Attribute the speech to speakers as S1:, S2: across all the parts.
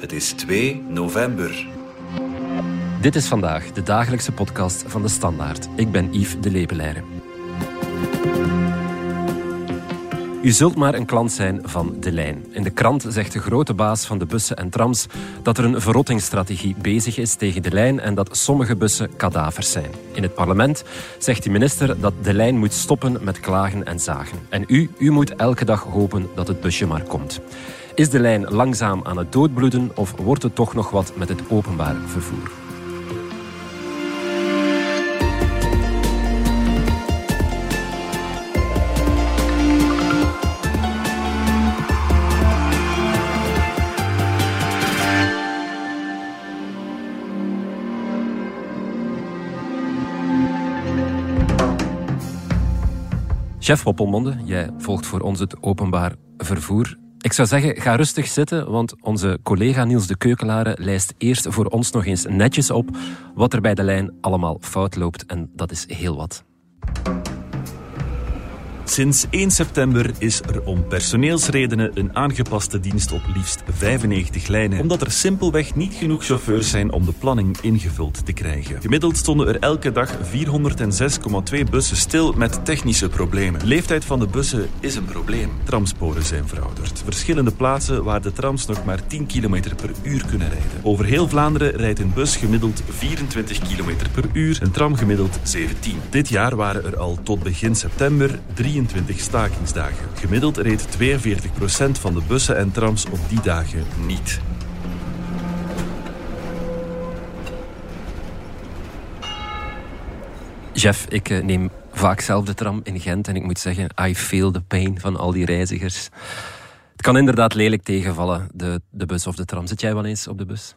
S1: Het is 2 november.
S2: Dit is vandaag de dagelijkse podcast van De Standaard. Ik ben Yves de Lepelaere. U zult maar een klant zijn van De Lijn. In de krant zegt de grote baas van de bussen en trams dat er een verrottingsstrategie bezig is tegen De Lijn en dat sommige bussen kadavers zijn. In het parlement zegt de minister dat De Lijn moet stoppen met klagen en zagen. En u moet elke dag hopen dat het busje maar komt. Is De Lijn langzaam aan het doodbloeden of wordt het toch nog wat met het openbaar vervoer? Chef Hoppelmonde, jij volgt voor ons het openbaar vervoer. Ik zou zeggen, ga rustig zitten, want onze collega Niels de Keukelare lijst eerst voor ons nog eens netjes op wat er bij De Lijn allemaal fout loopt. En dat is heel wat.
S3: Sinds 1 september is er om personeelsredenen een aangepaste dienst op liefst 95 lijnen, omdat er simpelweg niet genoeg chauffeurs zijn om de planning ingevuld te krijgen. Gemiddeld stonden er elke dag 406,2 bussen stil met technische problemen. De leeftijd van de bussen is een probleem. Tramsporen zijn verouderd. Verschillende plaatsen waar de trams nog maar 10 km per uur kunnen rijden. Over heel Vlaanderen rijdt een bus gemiddeld 24 km per uur, een tram gemiddeld 17. Dit jaar waren er al tot begin september 23 stakingsdagen. Gemiddeld reed 42% van de bussen en trams op die dagen niet.
S2: Chef, ik neem vaak zelf de tram in Gent en ik moet zeggen, I feel the pain van al die reizigers. Het kan inderdaad lelijk tegenvallen, de bus of de tram. Zit jij wel eens op de bus?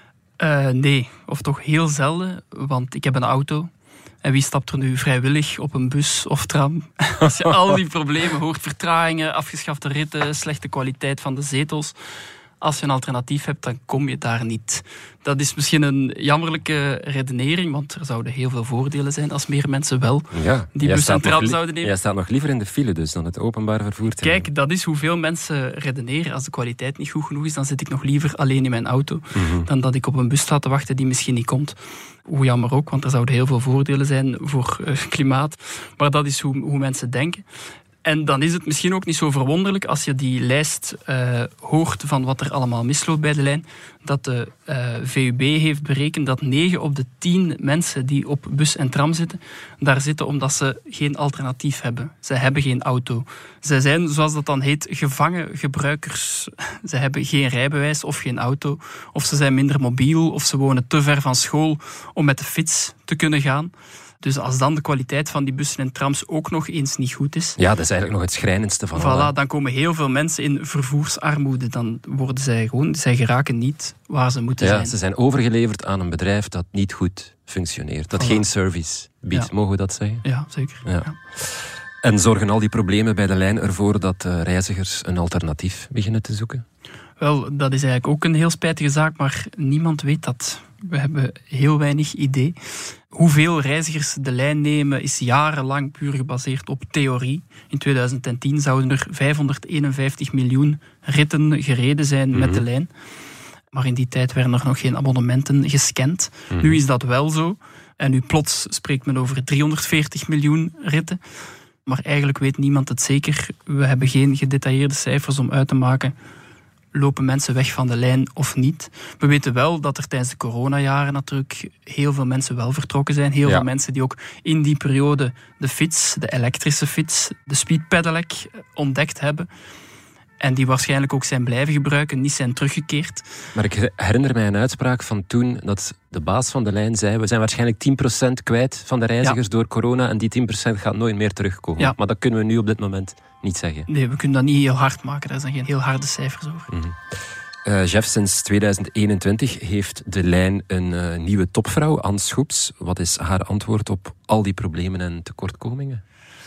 S4: Nee, of toch heel zelden, want ik heb een auto. En wie stapt er nu vrijwillig op een bus of tram? Als je al die problemen hoort, vertragingen, afgeschafte ritten, slechte kwaliteit van de zetels. Als je een alternatief hebt, dan kom je daar niet. Dat is misschien een jammerlijke redenering, want er zouden heel veel voordelen zijn als meer mensen wel die bus en tram zouden nemen.
S2: Jij staat nog liever in de file dus dan het openbaar vervoer te nemen.
S4: Kijk, dat is hoeveel mensen redeneren. Als de kwaliteit niet goed genoeg is, dan zit ik nog liever alleen in mijn auto dan dat ik op een bus sta te wachten die misschien niet komt. Hoe jammer ook, want er zouden heel veel voordelen zijn voor klimaat. Maar dat is hoe mensen denken. En dan is het misschien ook niet zo verwonderlijk als je die lijst hoort van wat er allemaal misloopt bij De Lijn, dat de VUB heeft berekend dat 9 op de 10 mensen die op bus en tram zitten, daar zitten omdat ze geen alternatief hebben. Ze hebben geen auto. Zij zijn, zoals dat dan heet, gevangen gebruikers. Ze hebben geen rijbewijs of geen auto. Of ze zijn minder mobiel, of ze wonen te ver van school om met de fiets te kunnen gaan. Dus als dan de kwaliteit van die bussen en trams ook nog eens niet goed is...
S2: Ja, dat is eigenlijk nog het schrijnendste van
S4: voilà, dan komen heel veel mensen in vervoersarmoede. Dan worden zij geraken niet waar ze moeten zijn.
S2: Ze zijn overgeleverd aan een bedrijf dat niet goed functioneert. Dat geen service biedt. Ja. Mogen we dat zeggen?
S4: Ja, zeker.
S2: Ja. Ja. En zorgen al die problemen bij De Lijn ervoor dat reizigers een alternatief beginnen te zoeken?
S4: Wel, dat is eigenlijk ook een heel spijtige zaak, maar niemand weet dat. We hebben heel weinig idee. Hoeveel reizigers De Lijn nemen is jarenlang puur gebaseerd op theorie. In 2010 zouden er 551 miljoen ritten gereden zijn met De Lijn. Maar in die tijd werden er nog geen abonnementen gescand. Nu is dat wel zo. En nu plots spreekt men over 340 miljoen ritten. Maar eigenlijk weet niemand het zeker. We hebben geen gedetailleerde cijfers om uit te maken. Lopen mensen weg van De Lijn of niet? We weten wel dat er tijdens de coronajaren natuurlijk heel veel mensen wel vertrokken zijn. Heel veel mensen die ook in die periode de fiets, de elektrische fiets, de speed pedelec ontdekt hebben. En die waarschijnlijk ook zijn blijven gebruiken, niet zijn teruggekeerd.
S2: Maar ik herinner mij een uitspraak van toen dat de baas van De Lijn zei, we zijn waarschijnlijk 10% kwijt van de reizigers door corona en die 10% gaat nooit meer terugkomen. Ja. Maar dat kunnen we nu op dit moment niet zeggen.
S4: Nee, we kunnen dat niet heel hard maken. Daar zijn geen heel harde cijfers over.
S2: Chef, sinds 2021 heeft De Lijn een nieuwe topvrouw, Anne Schoeps. Wat is haar antwoord op al die problemen en tekortkomingen?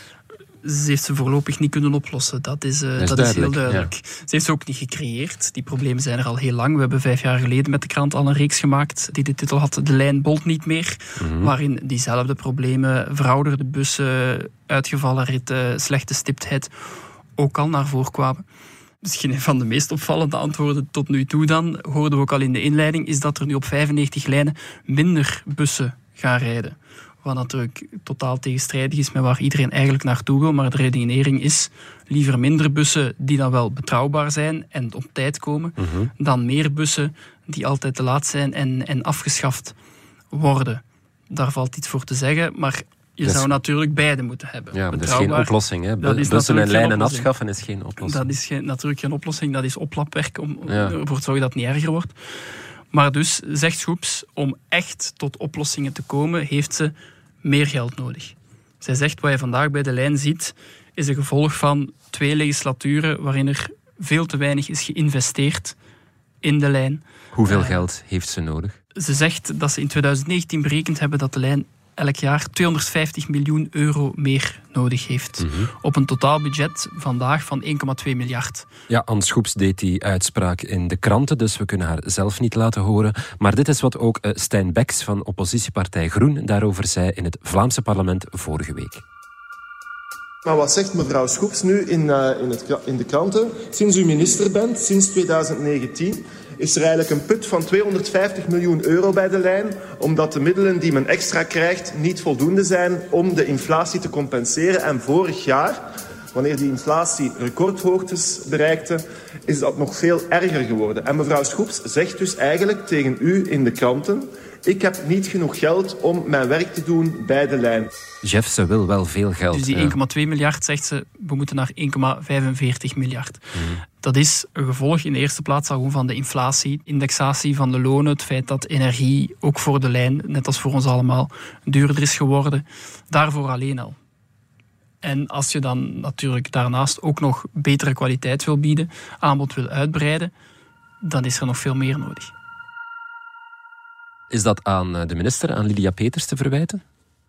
S4: Ze heeft ze voorlopig niet kunnen oplossen. Dat is heel duidelijk. Ja. Ze heeft ze ook niet gecreëerd. Die problemen zijn er al heel lang. We hebben 5 jaar geleden met de krant al een reeks gemaakt die de titel had De Lijn bolt niet meer. Waarin diezelfde problemen, verouderde bussen, uitgevallen ritten, slechte stiptheid ook al naar voren kwamen. Misschien een van de meest opvallende antwoorden tot nu toe dan, hoorden we ook al in de inleiding, is dat er nu op 95 lijnen minder bussen gaan rijden. Wat natuurlijk totaal tegenstrijdig is met waar iedereen eigenlijk naartoe wil. Maar de redenering is liever minder bussen die dan wel betrouwbaar zijn en op tijd komen, dan meer bussen die altijd te laat zijn en afgeschaft worden. Daar valt iets voor te zeggen, maar je zou natuurlijk beide moeten hebben.
S2: Ja, maar dat is geen oplossing. Hè? Bussen en lijnen afschaffen is geen oplossing.
S4: Dat is natuurlijk geen oplossing. Dat is oplapwerk om ervoor te zorgen dat het niet erger wordt. Maar dus, zegt Schoeps, om echt tot oplossingen te komen, heeft ze meer geld nodig. Zij zegt, wat je vandaag bij de lijn ziet, is een gevolg van 2 legislaturen waarin er veel te weinig is geïnvesteerd in de lijn.
S2: Hoeveel geld heeft ze nodig?
S4: Ze zegt dat ze in 2019 berekend hebben dat de lijn elk jaar 250 miljoen euro meer nodig heeft. Op een totaalbudget vandaag van 1,2 miljard.
S2: Ja, Anne Schoeps deed die uitspraak in de kranten, dus we kunnen haar zelf niet laten horen. Maar dit is wat ook Stijn Becks van oppositiepartij Groen daarover zei in het Vlaamse parlement vorige week.
S5: Maar wat zegt mevrouw Schoeps nu in de kranten? Sinds u minister bent, sinds 2019... is er eigenlijk een put van 250 miljoen euro bij de lijn, omdat de middelen die men extra krijgt niet voldoende zijn om de inflatie te compenseren. En vorig jaar, wanneer die inflatie recordhoogtes bereikte, is dat nog veel erger geworden. En mevrouw Schoeps zegt dus eigenlijk tegen u in de kranten: ik heb niet genoeg geld om mijn werk te doen bij de lijn.
S2: Jeff, ze wil wel veel geld.
S4: Dus die 1,2 miljard, zegt ze, we moeten naar 1,45 miljard. Dat is een gevolg in de eerste plaats al gewoon van de inflatie, indexatie van de lonen, het feit dat energie ook voor de lijn, net als voor ons allemaal, duurder is geworden. Daarvoor alleen al. En als je dan natuurlijk daarnaast ook nog betere kwaliteit wil bieden, aanbod wil uitbreiden, dan is er nog veel meer nodig.
S2: Is dat aan de minister, aan Lydia Peters, te verwijten?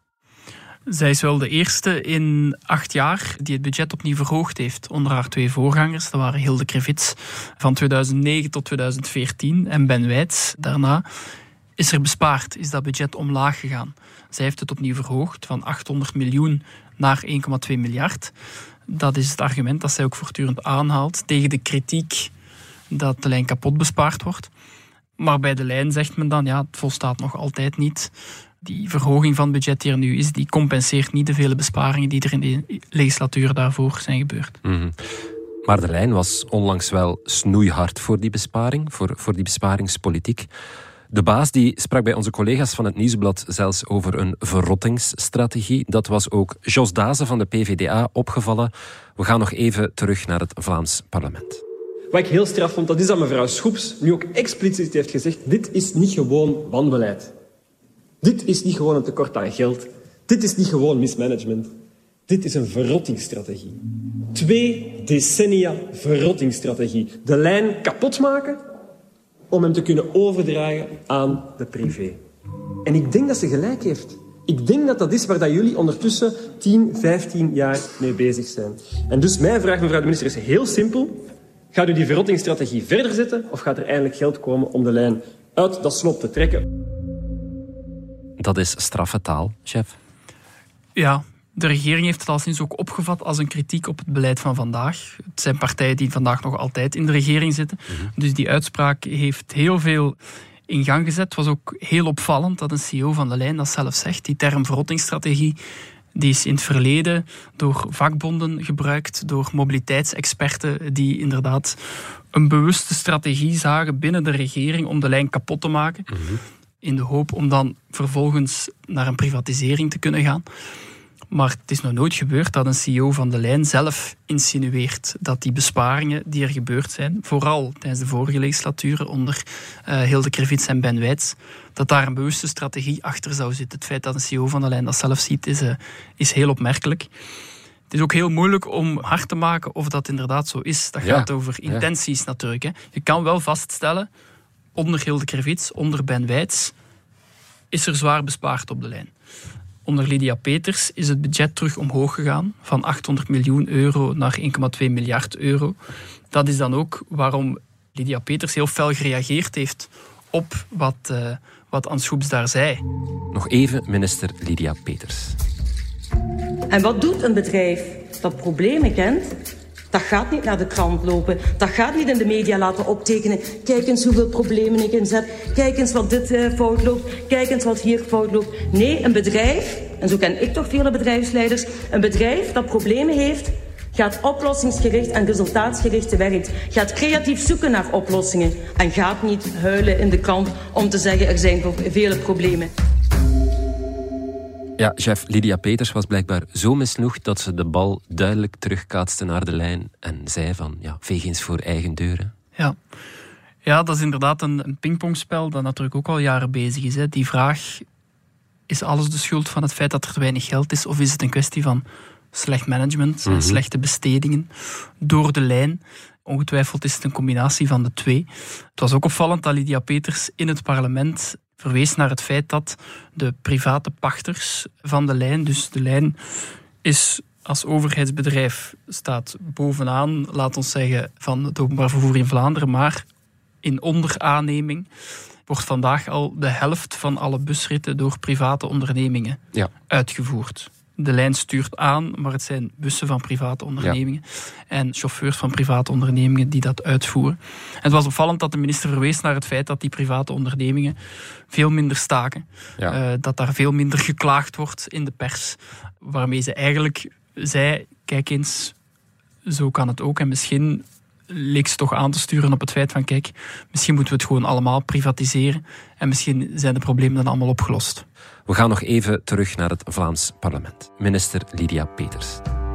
S4: Zij is wel de eerste in 8 jaar die het budget opnieuw verhoogd heeft onder haar 2 voorgangers. Dat waren Hilde Krevits van 2009 tot 2014 en Ben Wijts. Daarna is er bespaard, is dat budget omlaag gegaan. Zij heeft het opnieuw verhoogd van 800 miljoen naar 1,2 miljard. Dat is het argument dat zij ook voortdurend aanhaalt tegen de kritiek dat de lijn kapot bespaard wordt. Maar bij de lijn zegt men dan, ja, het volstaat nog altijd niet. Die verhoging van het budget die er nu is, die compenseert niet de vele besparingen die er in de legislatuur daarvoor zijn gebeurd.
S2: Maar de lijn was onlangs wel snoeihard voor die besparing, voor die besparingspolitiek. De baas die sprak bij onze collega's van het Nieuwsblad zelfs over een verrottingsstrategie. Dat was ook Jos Dazen van de PvdA opgevallen. We gaan nog even terug naar het Vlaams parlement.
S6: Wat ik heel straf vond, dat is dat mevrouw Schoeps nu ook expliciet heeft gezegd: dit is niet gewoon wanbeleid. Dit is niet gewoon een tekort aan geld. Dit is niet gewoon mismanagement. Dit is een verrottingsstrategie. 2 decennia verrottingsstrategie. De lijn kapot maken om hem te kunnen overdragen aan de privé. En ik denk dat ze gelijk heeft. Ik denk dat dat is waar dat jullie ondertussen 10, 15 jaar mee bezig zijn. En dus mijn vraag, mevrouw de minister, is heel simpel. Gaat u die verrottingsstrategie verder zetten of gaat er eindelijk geld komen om de lijn uit dat slop te trekken?
S2: Dat is straffe taal, chef.
S4: Ja, de regering heeft het al sinds ook opgevat als een kritiek op het beleid van vandaag. Het zijn partijen die vandaag nog altijd in de regering zitten. Dus die uitspraak heeft heel veel in gang gezet. Het was ook heel opvallend dat een CEO van de lijn dat zelf zegt. Die term verrottingsstrategie, die is in het verleden door vakbonden gebruikt, door mobiliteitsexperten die inderdaad een bewuste strategie zagen binnen de regering om de lijn kapot te maken. In de hoop om dan vervolgens naar een privatisering te kunnen gaan. Maar het is nog nooit gebeurd dat een CEO van de lijn zelf insinueert dat die besparingen die er gebeurd zijn, vooral tijdens de vorige legislaturen onder Hilde Krevits en Ben Wijts, dat daar een bewuste strategie achter zou zitten. Het feit dat een CEO van de lijn dat zelf ziet, is heel opmerkelijk. Het is ook heel moeilijk om hard te maken of dat inderdaad zo is. Dat gaat over intenties natuurlijk. Hè. Je kan wel vaststellen, onder Hilde Krevits, onder Ben Wijts, is er zwaar bespaard op de lijn. Onder Lydia Peters is het budget terug omhoog gegaan, van 800 miljoen euro naar 1,2 miljard euro. Dat is dan ook waarom Lydia Peters heel fel gereageerd heeft op wat Anne Schoeps daar zei.
S2: Nog even minister Lydia Peters.
S7: En wat doet een bedrijf dat problemen kent Dat gaat niet naar de krant lopen. Dat gaat niet in de media laten optekenen. Kijk eens hoeveel problemen ik inzet. Kijk eens wat dit fout loopt. Kijk eens wat hier fout loopt. Nee, een bedrijf, en zo ken ik toch vele bedrijfsleiders, een bedrijf dat problemen heeft, gaat oplossingsgericht en resultaatsgericht te werk. Gaat creatief zoeken naar oplossingen. En gaat niet huilen in de krant om te zeggen er zijn vele problemen.
S2: Ja, chef Lydia Peters was blijkbaar zo misnoegd dat ze de bal duidelijk terugkaatste naar de lijn en zei van, ja, veeg eens voor eigen deuren.
S4: Ja, dat is inderdaad een pingpongspel dat natuurlijk ook al jaren bezig is. Hè. Die vraag, is alles de schuld van het feit dat er te weinig geld is, of is het een kwestie van slecht management, slechte bestedingen door de lijn? Ongetwijfeld is het een combinatie van de twee. Het was ook opvallend dat Lydia Peters in het parlement verwees naar het feit dat de private pachters van de lijn, dus de lijn is als overheidsbedrijf, staat bovenaan, laat ons zeggen, van het openbaar vervoer in Vlaanderen, maar in onderaanneming wordt vandaag al de helft van alle busritten door private ondernemingen uitgevoerd. De lijn stuurt aan, maar het zijn bussen van private ondernemingen en chauffeurs van private ondernemingen die dat uitvoeren. En het was opvallend dat de minister verwees naar het feit dat die private ondernemingen veel minder staken. Dat daar veel minder geklaagd wordt in de pers. Waarmee ze eigenlijk zei, kijk eens, zo kan het ook. En misschien leek ze toch aan te sturen op het feit van, kijk, misschien moeten we het gewoon allemaal privatiseren en misschien zijn de problemen dan allemaal opgelost.
S2: We gaan nog even terug naar het Vlaams parlement. Minister Lydia Peters.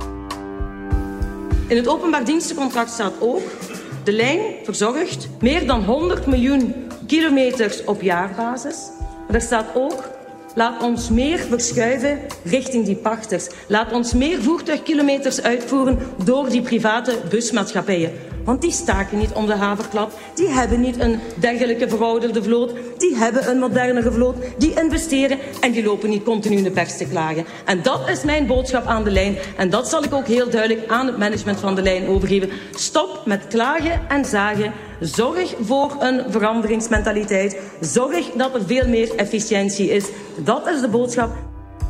S7: In het openbaar dienstencontract staat ook, de lijn verzorgt meer dan 100 miljoen kilometers op jaarbasis. Maar er staat ook, laat ons meer verschuiven richting die pachters. Laat ons meer voertuigkilometers uitvoeren door die private busmaatschappijen. Want die staken niet om de haverklap. Die hebben niet een dergelijke verouderde vloot. Die hebben een modernere vloot. Die investeren en die lopen niet continu in de pers te klagen. En dat is mijn boodschap aan de lijn. En dat zal ik ook heel duidelijk aan het management van de lijn overgeven. Stop met klagen en zagen. Zorg voor een veranderingsmentaliteit. Zorg dat er veel meer efficiëntie is. Dat is de boodschap.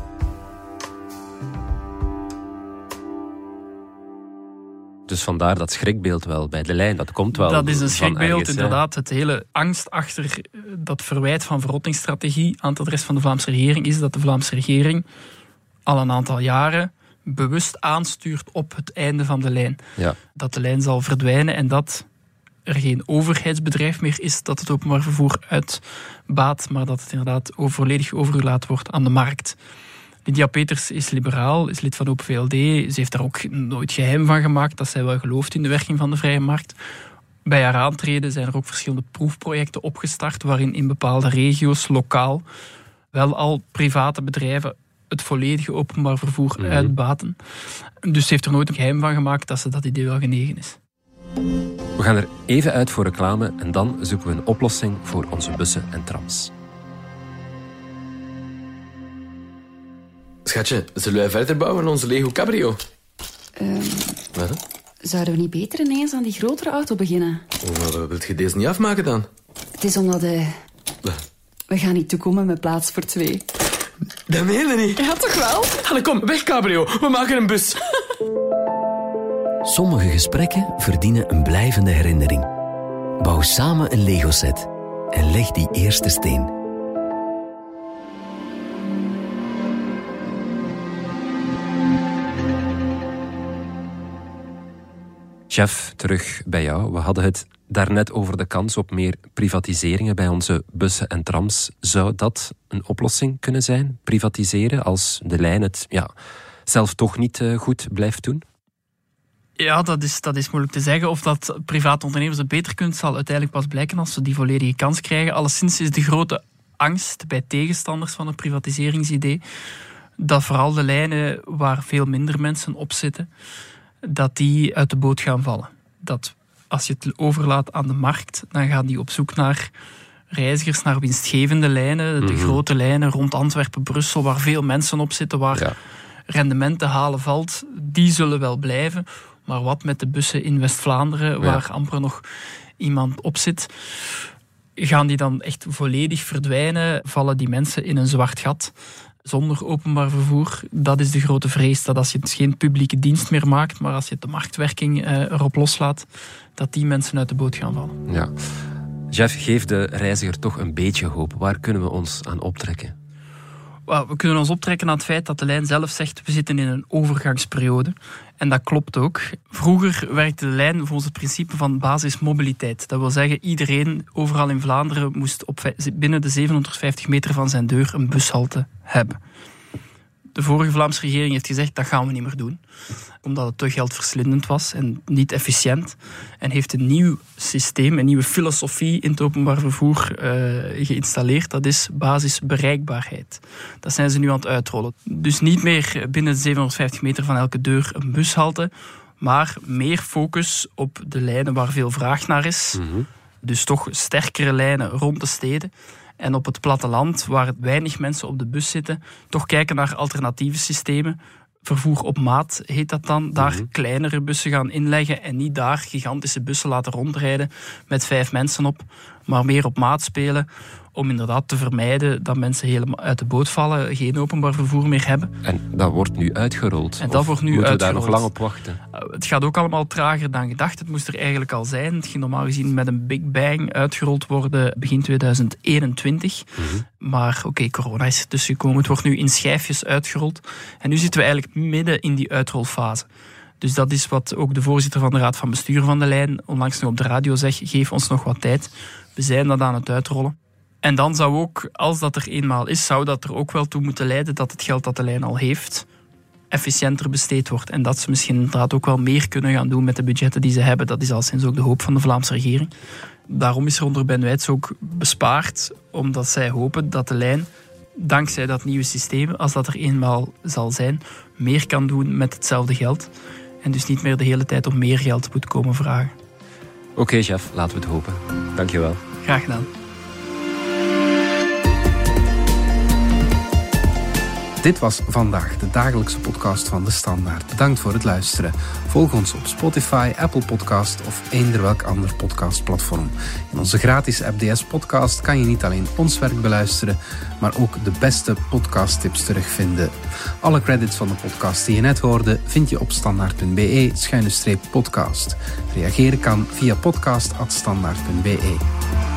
S2: Dus vandaar dat schrikbeeld wel bij de lijn. Dat komt wel.
S4: Dat is een schrikbeeld,
S2: ergens,
S4: inderdaad. Het hele angst achter dat verwijt van verrottingsstrategie aan het adres van de Vlaamse regering is dat de Vlaamse regering al een aantal jaren bewust aanstuurt op het einde van de lijn. Ja. Dat de lijn zal verdwijnen en dat er geen overheidsbedrijf meer is dat het openbaar vervoer uitbaat, maar dat het inderdaad volledig overgelaten wordt aan de markt. Lydia Peters is liberaal, is lid van Open VLD. Ze heeft daar ook nooit geheim van gemaakt dat zij wel gelooft in de werking van de vrije markt. Bij haar aantreden zijn er ook verschillende proefprojecten opgestart waarin in bepaalde regio's lokaal wel al private bedrijven het volledige openbaar vervoer uitbaten. Dus ze heeft er nooit een geheim van gemaakt dat ze dat idee wel genegen is.
S2: We gaan er even uit voor reclame en dan zoeken we een oplossing voor onze bussen en trams.
S8: Schatje, zullen wij verder bouwen aan onze Lego Cabrio? Wat?
S9: Zouden we niet beter ineens aan die grotere auto beginnen?
S8: Wil je deze niet afmaken dan?
S9: Het is omdat we gaan niet toekomen met plaats voor 2.
S8: Dat meen je niet.
S9: Ja, toch wel?
S8: Allee, kom, weg Cabrio. We maken een bus.
S10: Sommige gesprekken verdienen een blijvende herinnering. Bouw samen een Lego-set en leg die eerste steen.
S2: Chef, terug bij jou. We hadden het daarnet over de kans op meer privatiseringen bij onze bussen en trams. Zou dat een oplossing kunnen zijn? Privatiseren als de lijn het zelf toch niet goed blijft doen?
S4: Ja, dat is moeilijk te zeggen. Of dat private ondernemers het beter kunnen, zal uiteindelijk pas blijken als ze die volledige kans krijgen. Alleszins is de grote angst bij tegenstanders van het privatiseringsidee dat vooral de lijnen waar veel minder mensen op zitten, dat die uit de boot gaan vallen. Dat als je het overlaat aan de markt, dan gaan die op zoek naar reizigers, naar winstgevende lijnen, de grote lijnen rond Antwerpen, Brussel, waar veel mensen op zitten, waar rendement te halen valt, die zullen wel blijven. Maar wat met de bussen in West-Vlaanderen, waar amper nog iemand op zit, gaan die dan echt volledig verdwijnen? Vallen die mensen in een zwart gat? zonder openbaar vervoer. Dat is de grote vrees, dat als je het geen publieke dienst meer maakt, maar als je de marktwerking erop loslaat, dat die mensen uit de boot gaan vallen.
S2: Ja. Jeff, geef de reiziger toch een beetje hoop. Waar kunnen we ons aan optrekken?
S4: We kunnen ons optrekken aan het feit dat de lijn zelf zegt, we zitten in een overgangsperiode. En dat klopt ook. Vroeger werkte de lijn volgens het principe van basismobiliteit. Dat wil zeggen, iedereen overal in Vlaanderen moest binnen de 750 meter van zijn deur een bushalte hebben. De vorige Vlaamse regering heeft gezegd, dat gaan we niet meer doen. Omdat het te geldverslindend was en niet efficiënt. En heeft een nieuw systeem, een nieuwe filosofie in het openbaar vervoer geïnstalleerd. Dat is basisbereikbaarheid. Dat zijn ze nu aan het uitrollen. Dus niet meer binnen de 750 meter van elke deur een bushalte, maar meer focus op de lijnen waar veel vraag naar is. Mm-hmm. Dus toch sterkere lijnen rond de steden. En op het platteland, waar weinig mensen op de bus zitten, toch kijken naar alternatieve systemen. Vervoer op maat heet dat dan. Daar kleinere bussen gaan inleggen en niet daar gigantische bussen laten rondrijden met 5 mensen op, maar meer op maat spelen om inderdaad te vermijden dat mensen helemaal uit de boot vallen, geen openbaar vervoer meer hebben.
S2: En dat wordt nu uitgerold?
S4: En dat wordt nu
S2: moeten
S4: uitgerold.
S2: We daar nog lang op wachten?
S4: Het gaat ook allemaal trager dan gedacht. Het moest er eigenlijk al zijn. Het ging normaal gezien met een big bang uitgerold worden begin 2021. Mm-hmm. Maar oké, corona is er tussen gekomen. Het wordt nu in schijfjes uitgerold. En nu zitten we eigenlijk midden in die uitrolfase. Dus dat is wat ook de voorzitter van de Raad van Bestuur van de lijn onlangs nog op de radio zegt. Geef ons nog wat tijd. We zijn dat aan het uitrollen. En dan zou ook, als dat er eenmaal is, zou dat er ook wel toe moeten leiden dat het geld dat de lijn al heeft efficiënter besteed wordt. En dat ze misschien inderdaad ook wel meer kunnen gaan doen met de budgetten die ze hebben. Dat is al sinds ook de hoop van de Vlaamse regering. Daarom is er onder Ben Wijts ook bespaard, omdat zij hopen dat de lijn, dankzij dat nieuwe systeem, als dat er eenmaal zal zijn, meer kan doen met hetzelfde geld. En dus niet meer de hele tijd om meer geld moet komen vragen.
S2: Oké, Jeff, laten we het hopen. Dankjewel.
S4: Graag gedaan.
S11: Dit was Vandaag, de dagelijkse podcast van De Standaard. Bedankt voor het luisteren. Volg ons op Spotify, Apple Podcast of eender welk ander podcastplatform. In onze gratis app DS Podcast kan je niet alleen ons werk beluisteren, maar ook de beste podcasttips terugvinden. Alle credits van de podcast die je net hoorde vind je op standaard.be/podcast. Reageren kan via podcast@standaard.be.